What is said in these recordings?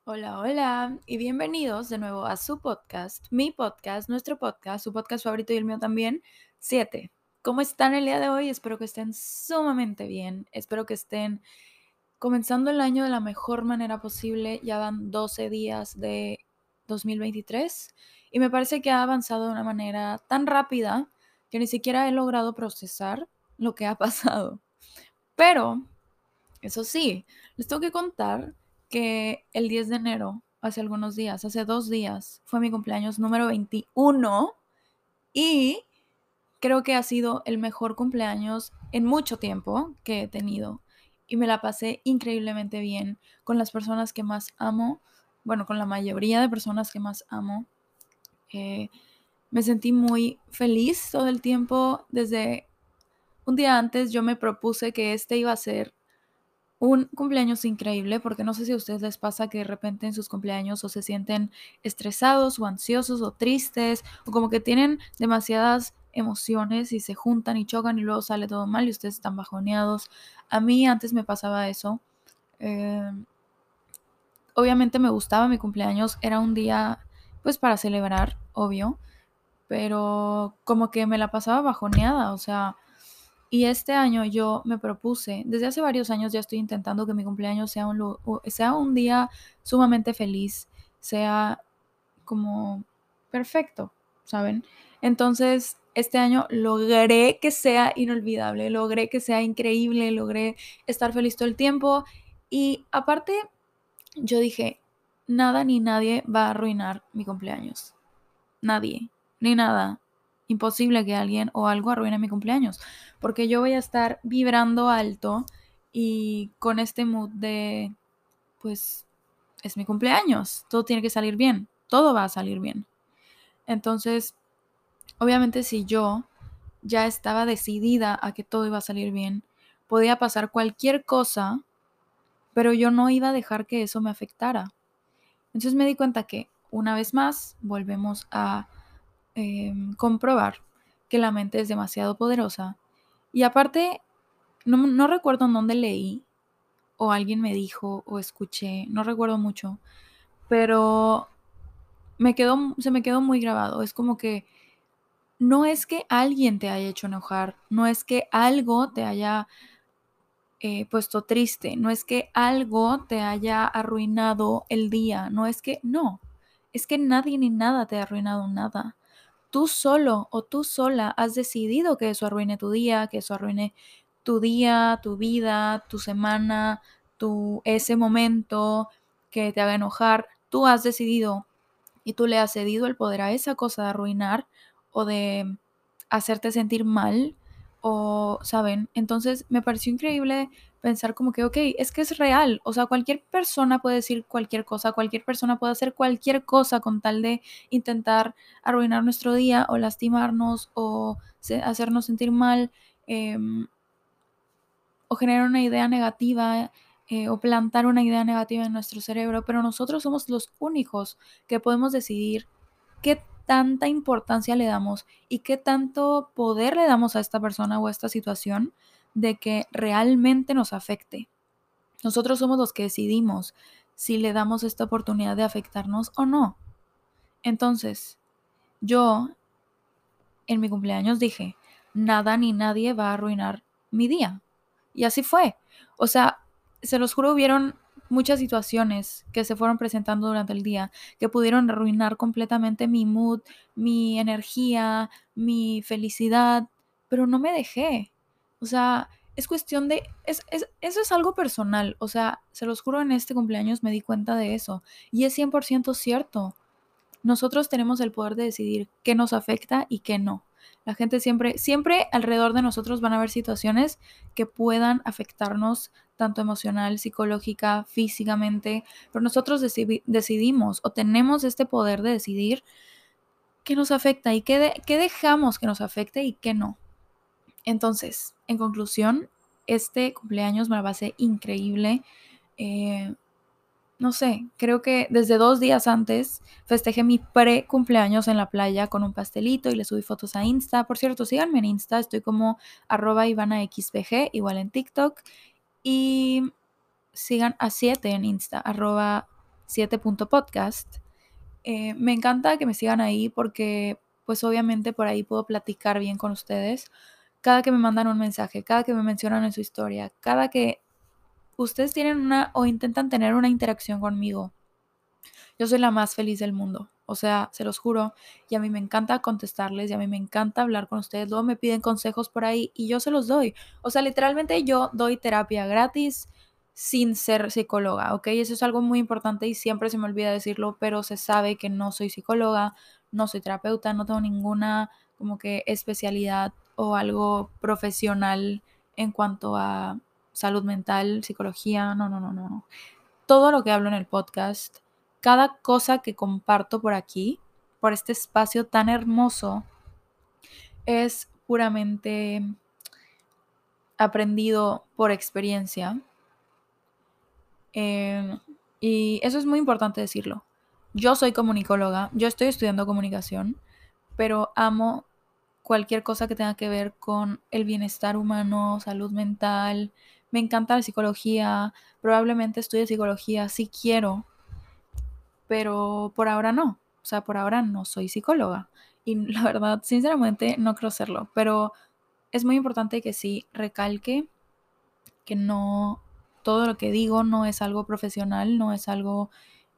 Hola, hola y bienvenidos de nuevo a su podcast, mi podcast, nuestro podcast, su podcast favorito y el mío también, 7. ¿Cómo están el día de hoy? Espero que estén sumamente bien, espero que estén comenzando el año de la mejor manera posible. Ya van 12 días de 2023 y me parece que ha avanzado de una manera tan rápida que ni siquiera he logrado procesar lo que ha pasado. Pero eso sí, les tengo que contar que el 10 de enero, hace algunos días, hace 2 días, fue mi cumpleaños número 21 y creo que ha sido el mejor cumpleaños en mucho tiempo que he tenido. Y me la pasé increíblemente bien con las personas que más amo, bueno, con la mayoría de personas que más amo. Eh, Me sentí muy feliz todo el tiempo. Desde un día antes yo me propuse que este iba a ser un cumpleaños increíble, porque no sé si a ustedes les pasa que de repente en sus cumpleaños o se sienten estresados o ansiosos o tristes o como que tienen demasiadas emociones y se juntan y chocan y luego sale todo mal y ustedes están bajoneados. A mí antes me pasaba eso. Eh, Obviamente me gustaba mi cumpleaños, era un día pues para celebrar, obvio, pero como que me la pasaba bajoneada, o sea, y este año yo me propuse, desde hace varios años ya estoy intentando que mi cumpleaños sea sea un día sumamente feliz, sea como perfecto, ¿saben? Entonces, este año logré que sea inolvidable, logré que sea increíble, logré estar feliz todo el tiempo y aparte yo dije, nada ni nadie va a arruinar mi cumpleaños. Nadie, ni nada. Imposible que alguien o algo arruine mi cumpleaños, porque yo voy a estar vibrando alto y con este mood de, pues, es mi cumpleaños, todo tiene que salir bien, todo va a salir bien. Entonces, obviamente si yo ya estaba decidida a que todo iba a salir bien, podía pasar cualquier cosa, pero yo no iba a dejar que eso me afectara. Entonces me di cuenta que una vez más volvemos a comprobar que la mente es demasiado poderosa. Y aparte, no recuerdo en dónde leí o alguien me dijo o escuché, no recuerdo mucho, pero se me quedó muy grabado. Es como que no es que alguien te haya hecho enojar, no es que algo te haya puesto triste, no es que algo te haya arruinado el día, no es que, no, es que nadie ni nada te ha arruinado nada. Tú solo o tú sola has decidido que eso arruine tu día, que eso arruine tu día, tu vida, tu semana, ese momento que te haga enojar. Tú has decidido y tú le has cedido el poder a esa cosa de arruinar o de hacerte sentir mal o, ¿saben? Entonces me pareció increíble pensar como que, ok, es que es real, o sea, cualquier persona puede decir cualquier cosa, cualquier persona puede hacer cualquier cosa con tal de intentar arruinar nuestro día o lastimarnos o hacernos sentir mal. em, o generar una idea negativa o plantar una idea negativa en nuestro cerebro, pero nosotros somos los únicos que podemos decidir qué tanta importancia le damos y qué tanto poder le damos a esta persona o a esta situación de que realmente nos afecte. Nosotros somos los que decidimos si le damos esta oportunidad de afectarnos o no. Entonces, yo en mi cumpleaños dije, nada ni nadie va a arruinar mi día. Y así fue. O sea, se los juro, hubieron muchas situaciones que se fueron presentando durante el día que pudieron arruinar completamente mi mood, mi energía, mi felicidad, pero no me dejé. O sea, es cuestión de... eso es algo personal. O sea, se los juro, en este cumpleaños me di cuenta de eso. Y es 100% cierto. Nosotros tenemos el poder de decidir qué nos afecta y qué no. La gente siempre alrededor de nosotros van a haber situaciones que puedan afectarnos tanto emocional, psicológica, físicamente, pero nosotros decidimos o tenemos este poder de decidir qué nos afecta y qué dejamos que nos afecte y qué no. Entonces, en conclusión, este cumpleaños me la pasé increíble. Eh, no sé, creo que desde 2 días antes festejé mi pre-cumpleaños en la playa con un pastelito y le subí fotos a Insta. Por cierto, síganme en Insta, estoy como @ivanaxpg, igual en TikTok. Y sigan a 7 en Insta, 7.podcast. Me encanta que me sigan ahí porque pues obviamente por ahí puedo platicar bien con ustedes. Cada que me mandan un mensaje, cada que me mencionan en su historia, cada que ustedes tienen una o intentan tener una interacción conmigo, yo soy la más feliz del mundo. O sea, se los juro, y a mí me encanta contestarles y a mí me encanta hablar con ustedes. Luego me piden consejos por ahí y yo se los doy. O sea, literalmente yo doy terapia gratis sin ser psicóloga, ¿ok? Eso es algo muy importante y siempre se me olvida decirlo, pero se sabe que no soy psicóloga, no soy terapeuta, no tengo ninguna como que especialidad o algo profesional en cuanto a salud mental, psicología, no, no, no, no, no. Todo lo que hablo en el podcast, cada cosa que comparto por aquí, por este espacio tan hermoso, es puramente aprendido por experiencia. Y eso es muy importante decirlo. Yo soy comunicóloga, yo estoy estudiando comunicación, pero amo cualquier cosa que tenga que ver con el bienestar humano, salud mental. Me encanta la psicología, probablemente estudie psicología si quiero, pero por ahora no. O sea, por ahora no soy psicóloga. Y la verdad, sinceramente, no creo serlo. Pero es muy importante que sí recalque que no, todo lo que digo no es algo profesional, no es algo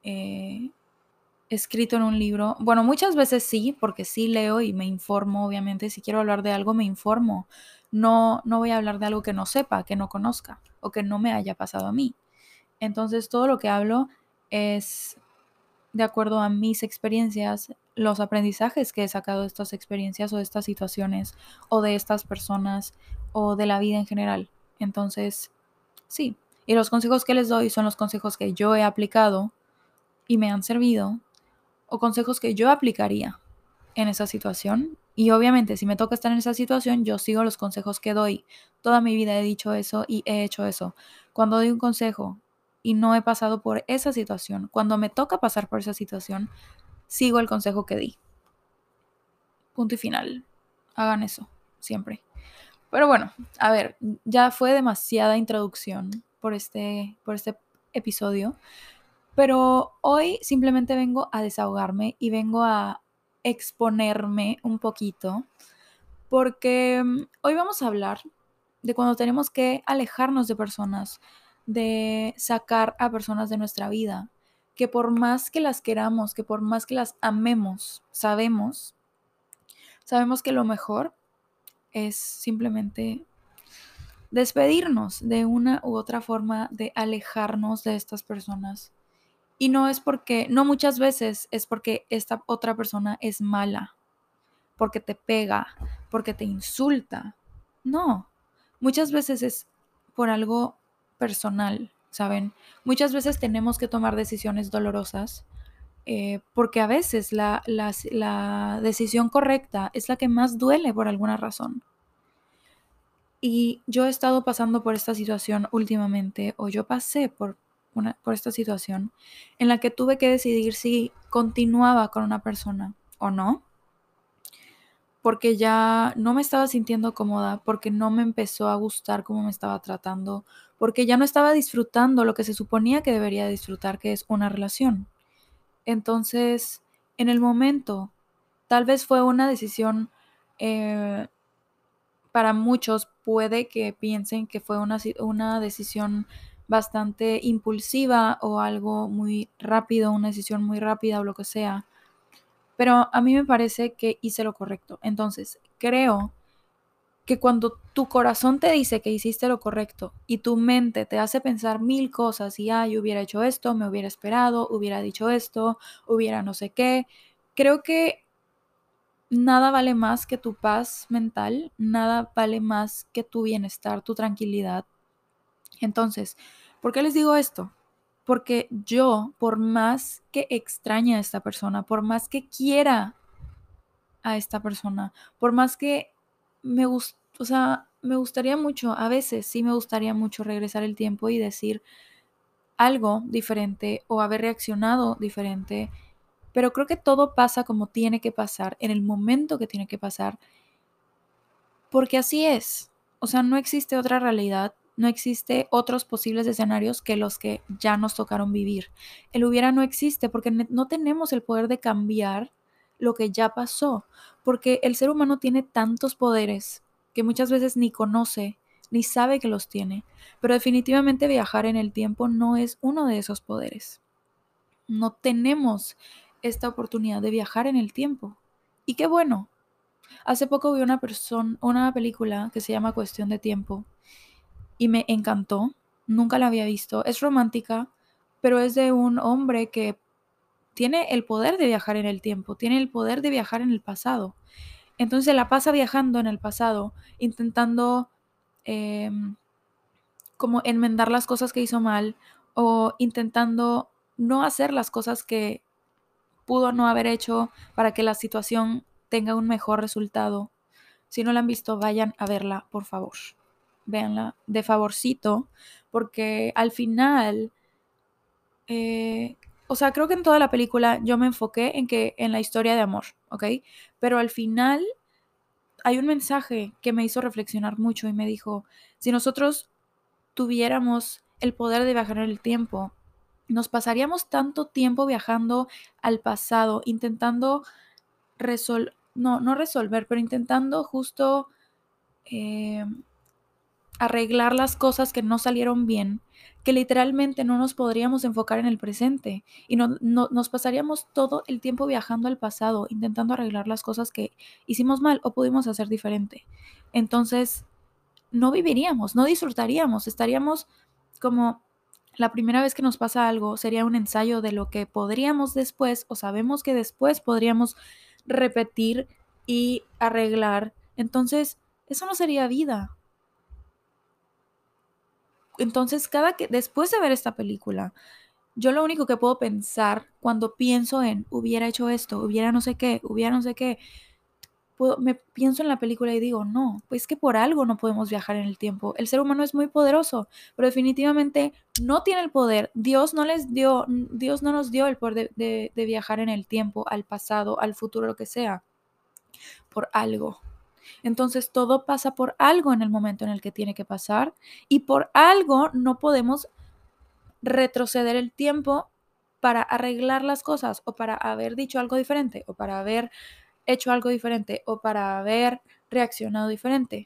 escrito en un libro. Bueno, muchas veces sí, porque sí leo y me informo, obviamente. Si quiero hablar de algo, me informo. No, no voy a hablar de algo que no sepa, que no conozca o que no me haya pasado a mí. Entonces, todo lo que hablo es de acuerdo a mis experiencias, los aprendizajes que he sacado de estas experiencias o de estas situaciones o de estas personas o de la vida en general. Entonces, sí. Y los consejos que les doy son los consejos que yo he aplicado y me han servido o consejos que yo aplicaría en esa situación. Y obviamente, si me toca estar en esa situación, yo sigo los consejos que doy. Toda mi vida he dicho eso y he hecho eso. Cuando doy un consejo y no he pasado por esa situación, cuando me toca pasar por esa situación, sigo el consejo que di. Punto y final. Hagan eso, siempre. Pero bueno, a ver, ya fue demasiada introducción por este episodio. Pero hoy simplemente vengo a desahogarme y vengo a exponerme un poquito porque hoy vamos a hablar de cuando tenemos que alejarnos de personas, de sacar a personas de nuestra vida, que por más que las queramos, que por más que las amemos, sabemos que lo mejor es simplemente despedirnos de una u otra forma, de alejarnos de estas personas. Y no es porque, no muchas veces es porque esta otra persona es mala, porque te pega, porque te insulta. No, muchas veces es por algo personal, ¿saben? Muchas veces tenemos que tomar decisiones dolorosas porque a veces la decisión correcta es la que más duele por alguna razón. Y yo he estado pasando por esta situación últimamente, o yo pasé por esta situación en la que tuve que decidir si continuaba con una persona o no, porque ya no me estaba sintiendo cómoda, porque no me empezó a gustar cómo me estaba tratando, porque ya no estaba disfrutando lo que se suponía que debería disfrutar, que es una relación. Entonces, en el momento, tal vez fue una decisión para muchos puede que piensen que fue una decisión bastante impulsiva o algo muy rápido, una decisión muy rápida o lo que sea. Pero a mí me parece que hice lo correcto. Entonces, creo que cuando tu corazón te dice que hiciste lo correcto y tu mente te hace pensar mil cosas y, yo hubiera hecho esto, me hubiera esperado, hubiera dicho esto, hubiera no sé qué, creo que nada vale más que tu paz mental, nada vale más que tu bienestar, tu tranquilidad. Entonces, ¿por qué les digo esto? Porque yo, por más que extrañe a esta persona, por más que quiera a esta persona, por más que o sea, me gustaría mucho, a veces sí me gustaría mucho regresar el tiempo y decir algo diferente o haber reaccionado diferente, pero creo que todo pasa como tiene que pasar, en el momento que tiene que pasar. Porque así es. O sea, no existe otra realidad. No existe otros posibles escenarios que los que ya nos tocaron vivir. El hubiera no existe porque no tenemos el poder de cambiar lo que ya pasó, porque el ser humano tiene tantos poderes que muchas veces ni conoce, ni sabe que los tiene, pero definitivamente viajar en el tiempo no es uno de esos poderes. No tenemos esta oportunidad de viajar en el tiempo. Y qué bueno. Hace poco vi una película que se llama Cuestión de Tiempo y me encantó. Nunca la había visto. Es romántica, pero es de un hombre que tiene el poder de viajar en el tiempo, tiene el poder de viajar en el pasado. Entonces se la pasa viajando en el pasado, intentando como enmendar las cosas que hizo mal o intentando no hacer las cosas que pudo no haber hecho para que la situación tenga un mejor resultado. Si no la han visto, vayan a verla, por favor. Véanla de favorcito, porque al final, o sea, creo que en toda la película yo me enfoqué en la historia de amor, ¿ok? Pero al final hay un mensaje que me hizo reflexionar mucho y me dijo, si nosotros tuviéramos el poder de viajar en el tiempo, nos pasaríamos tanto tiempo viajando al pasado, intentando no resolver, pero intentando justo eh, arreglar las cosas que no salieron bien, que literalmente no nos podríamos enfocar en el presente y nos pasaríamos todo el tiempo viajando al pasado, intentando arreglar las cosas que hicimos mal o pudimos hacer diferente. Entonces, no viviríamos, no disfrutaríamos, estaríamos como la primera vez que nos pasa algo sería un ensayo de lo que podríamos después o sabemos que después podríamos repetir y arreglar. Entonces, eso no sería vida. Entonces, después de ver esta película, yo lo único que puedo pensar cuando pienso en hubiera hecho esto, hubiera no sé qué, me pienso en la película y digo, no, pues que por algo no podemos viajar en el tiempo. El ser humano es muy poderoso, pero definitivamente no tiene el poder. Dios no nos dio el poder de viajar en el tiempo, al pasado, al futuro, lo que sea, por algo. Entonces todo pasa por algo en el momento en el que tiene que pasar y por algo no podemos retroceder el tiempo para arreglar las cosas o para haber dicho algo diferente o para haber hecho algo diferente o para haber reaccionado diferente.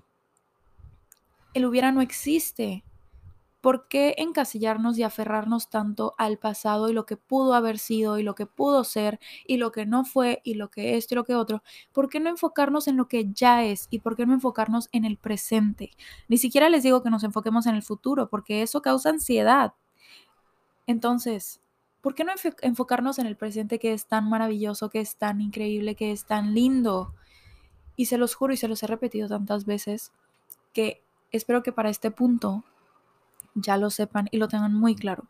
El hubiera no existe. ¿Por qué encasillarnos y aferrarnos tanto al pasado y lo que pudo haber sido y lo que pudo ser y lo que no fue y lo que esto y lo que otro? ¿Por qué no enfocarnos en lo que ya es y por qué no enfocarnos en el presente? Ni siquiera les digo que nos enfoquemos en el futuro porque eso causa ansiedad. Entonces, ¿por qué no enfocarnos en el presente que es tan maravilloso, que es tan increíble, que es tan lindo? Y se los juro y se los he repetido tantas veces que espero que para este punto ya lo sepan y lo tengan muy claro.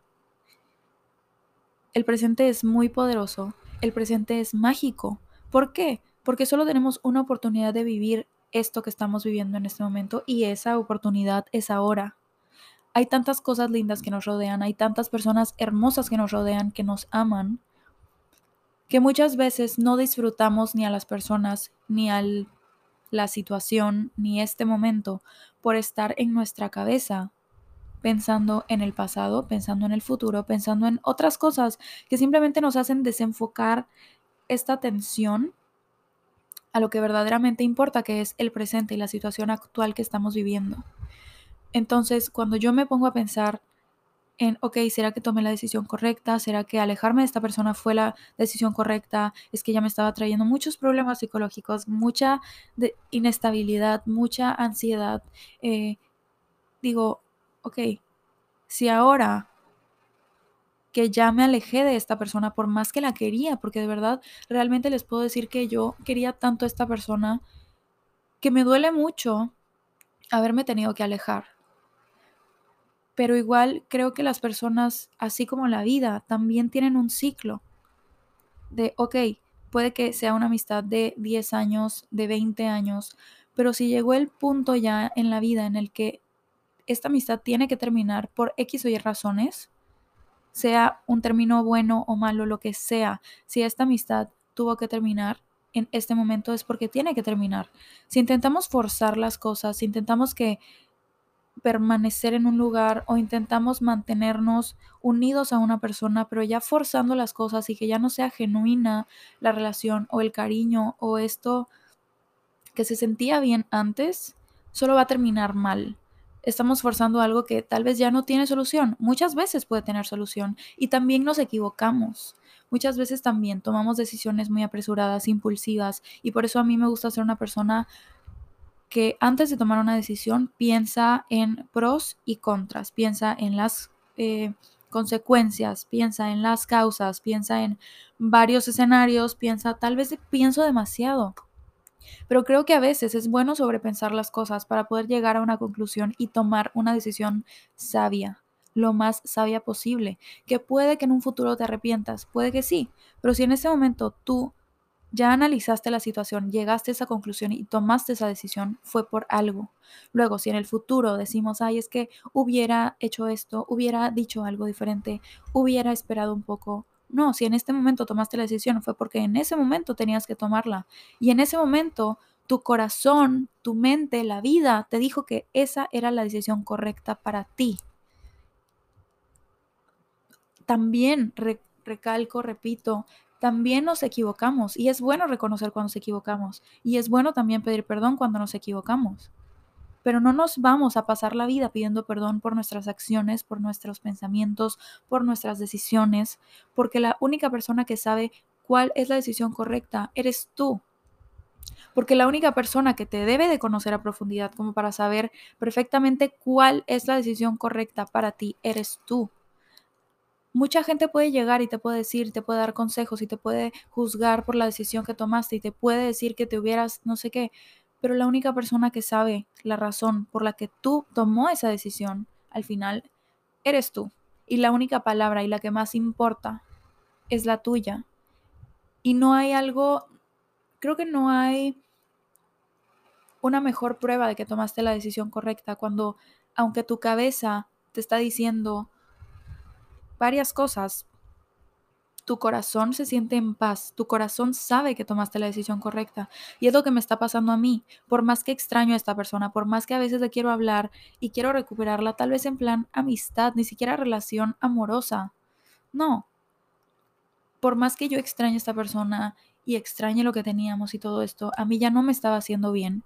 El presente es muy poderoso, el presente es mágico. ¿Por qué? Porque solo tenemos una oportunidad de vivir esto que estamos viviendo en este momento y esa oportunidad es ahora. Hay tantas cosas lindas que nos rodean, hay tantas personas hermosas que nos rodean, que nos aman, que muchas veces no disfrutamos ni a las personas, ni a la situación, ni este momento por estar en nuestra cabeza pensando en el pasado, pensando en el futuro, pensando en otras cosas que simplemente nos hacen desenfocar esta atención a lo que verdaderamente importa, que es el presente y la situación actual que estamos viviendo. Entonces, cuando yo me pongo a pensar en, ok, ¿será que tomé la decisión correcta? ¿Será que alejarme de esta persona fue la decisión correcta? Es que ya me estaba trayendo muchos problemas psicológicos, mucha inestabilidad, mucha ansiedad. Digo, ok, si ahora que ya me alejé de esta persona por más que la quería, porque de verdad realmente les puedo decir que yo quería tanto a esta persona que me duele mucho haberme tenido que alejar. Pero igual creo que las personas, así como la vida, también tienen un ciclo de, ok, puede que sea una amistad de 10 años, de 20 años, pero si llegó el punto ya en la vida en el que esta amistad tiene que terminar por X o Y razones, sea un término bueno o malo, lo que sea, si esta amistad tuvo que terminar en este momento es porque tiene que terminar. Si intentamos forzar las cosas, si intentamos que permanecer en un lugar o intentamos mantenernos unidos a una persona, pero ya forzando las cosas y que ya no sea genuina la relación o el cariño o esto que se sentía bien antes, solo va a terminar mal. Estamos forzando algo que tal vez ya no tiene solución. Muchas veces puede tener solución y también nos equivocamos. Muchas veces también tomamos decisiones muy apresuradas, impulsivas, y por eso a mí me gusta ser una persona que antes de tomar una decisión piensa en pros y contras, piensa en las consecuencias, piensa en las causas, piensa en varios escenarios, tal vez pienso demasiado. Pero creo que a veces es bueno sobrepensar las cosas para poder llegar a una conclusión y tomar una decisión sabia, lo más sabia posible, que puede que en un futuro te arrepientas, puede que sí, pero si en ese momento tú ya analizaste la situación, llegaste a esa conclusión y tomaste esa decisión, fue por algo. Luego, si en el futuro decimos, ay, es que hubiera hecho esto, hubiera dicho algo diferente, hubiera esperado un poco. No, si en este momento tomaste la decisión, fue porque en ese momento tenías que tomarla. Y en ese momento, tu corazón, tu mente, la vida te dijo que esa era la decisión correcta para ti. También recalco, repito, también nos equivocamos y es bueno reconocer cuando nos equivocamos y es bueno también pedir perdón cuando nos equivocamos. Pero no nos vamos a pasar la vida pidiendo perdón por nuestras acciones, por nuestros pensamientos, por nuestras decisiones, porque la única persona que sabe cuál es la decisión correcta eres tú. Porque la única persona que te debe de conocer a profundidad como para saber perfectamente cuál es la decisión correcta para ti eres tú. Mucha gente puede llegar y te puede decir, te puede dar consejos y te puede juzgar por la decisión que tomaste y te puede decir que te hubieras no sé qué, pero la única persona que sabe la razón por la que tú tomó esa decisión al final eres tú. Y la única palabra y la que más importa es la tuya. Y no hay algo, creo que no hay una mejor prueba de que tomaste la decisión correcta cuando, aunque tu cabeza te está diciendo varias cosas, tu corazón se siente en paz, tu corazón sabe que tomaste la decisión correcta. Y es lo que me está pasando a mí. Por más que extraño a esta persona, por más que a veces le quiero hablar y quiero recuperarla, tal vez en plan amistad, ni siquiera relación amorosa. No, por más que yo extrañe a esta persona y extrañe lo que teníamos y todo esto, a mí ya no me estaba haciendo bien.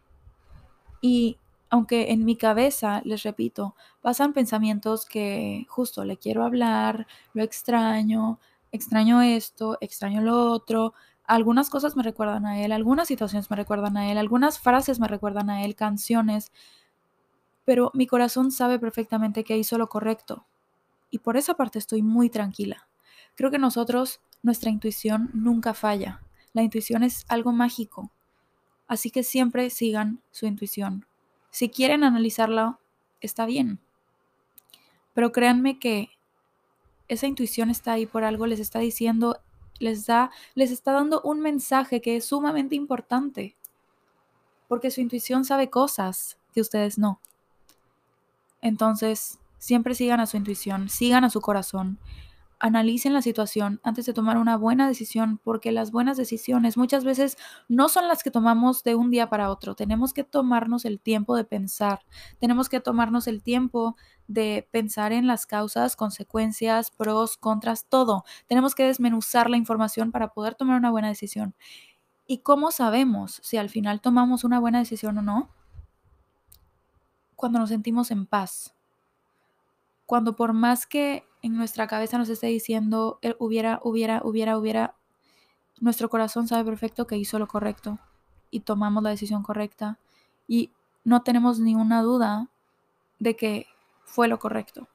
Y aunque en mi cabeza, les repito, pasan pensamientos que justo le quiero hablar, lo extraño, extraño esto, extraño lo otro, algunas cosas me recuerdan a él, algunas situaciones me recuerdan a él, algunas frases me recuerdan a él, canciones, pero mi corazón sabe perfectamente que hizo lo correcto y por esa parte estoy muy tranquila. Creo que nosotros, nuestra intuición nunca falla. La intuición es algo mágico. Así que siempre sigan su intuición. Si quieren analizarla, está bien. Pero créanme que esa intuición está ahí por algo, les está diciendo, les está dando un mensaje que es sumamente importante. Porque su intuición sabe cosas que ustedes no. Entonces, siempre sigan a su intuición, sigan a su corazón. Analicen la situación antes de tomar una buena decisión, porque las buenas decisiones muchas veces no son las que tomamos de un día para otro. Tenemos que tomarnos el tiempo de pensar, tenemos que tomarnos el tiempo de pensar en las causas, consecuencias, pros, contras, todo. Tenemos que desmenuzar la información para poder tomar una buena decisión. ¿Y cómo sabemos si al final tomamos una buena decisión o no? Cuando nos sentimos en paz. Cuando por más que en nuestra cabeza nos esté diciendo hubiera, nuestro corazón sabe perfecto que hizo lo correcto y tomamos la decisión correcta y no tenemos ninguna duda de que fue lo correcto.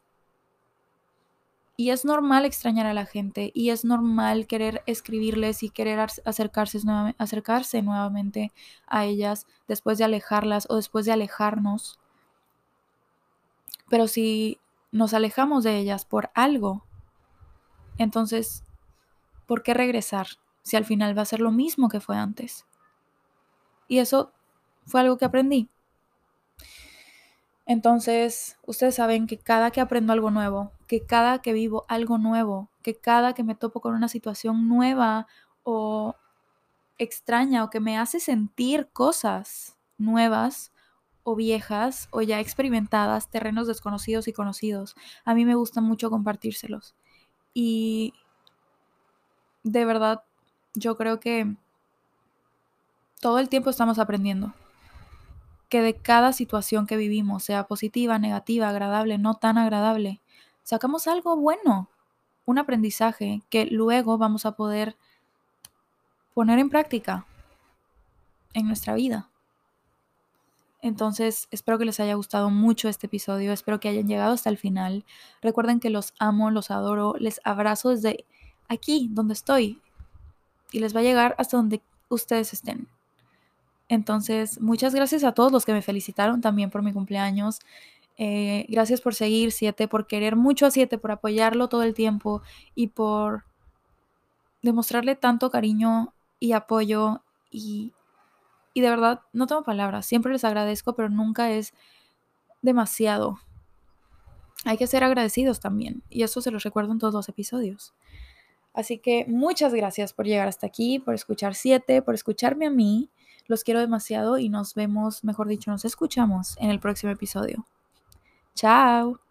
Y es normal extrañar a la gente y es normal querer escribirles y querer acercarse nuevamente a ellas después de alejarlas o después de alejarnos. Pero si nos alejamos de ellas por algo, entonces, ¿por qué regresar si al final va a ser lo mismo que fue antes? Y eso fue algo que aprendí. Entonces, ustedes saben que cada que aprendo algo nuevo, que cada que vivo algo nuevo, que cada que me topo con una situación nueva o extraña o que me hace sentir cosas nuevas o viejas o ya experimentadas, terrenos desconocidos y conocidos. A mí me gusta mucho compartírselos. Y de verdad, yo creo que todo el tiempo estamos aprendiendo. Que de cada situación que vivimos, sea positiva, negativa, agradable, no tan agradable, sacamos algo bueno, un aprendizaje que luego vamos a poder poner en práctica en nuestra vida. Entonces, espero que les haya gustado mucho este episodio, espero que hayan llegado hasta el final. Recuerden que los amo, los adoro, les abrazo desde aquí, donde estoy, y les va a llegar hasta donde ustedes estén. Entonces, muchas gracias a todos los que me felicitaron también por mi cumpleaños. Gracias por seguir 7, por querer mucho a 7, por apoyarlo todo el tiempo y por demostrarle tanto cariño y apoyo y de verdad no tengo palabras, siempre les agradezco, pero nunca es demasiado. Hay que ser agradecidos también y eso se los recuerdo en todos los episodios. Así que muchas gracias por llegar hasta aquí, por escuchar 7, por escucharme a mí. Los quiero demasiado y nos vemos, mejor dicho, nos escuchamos en el próximo episodio. Chao.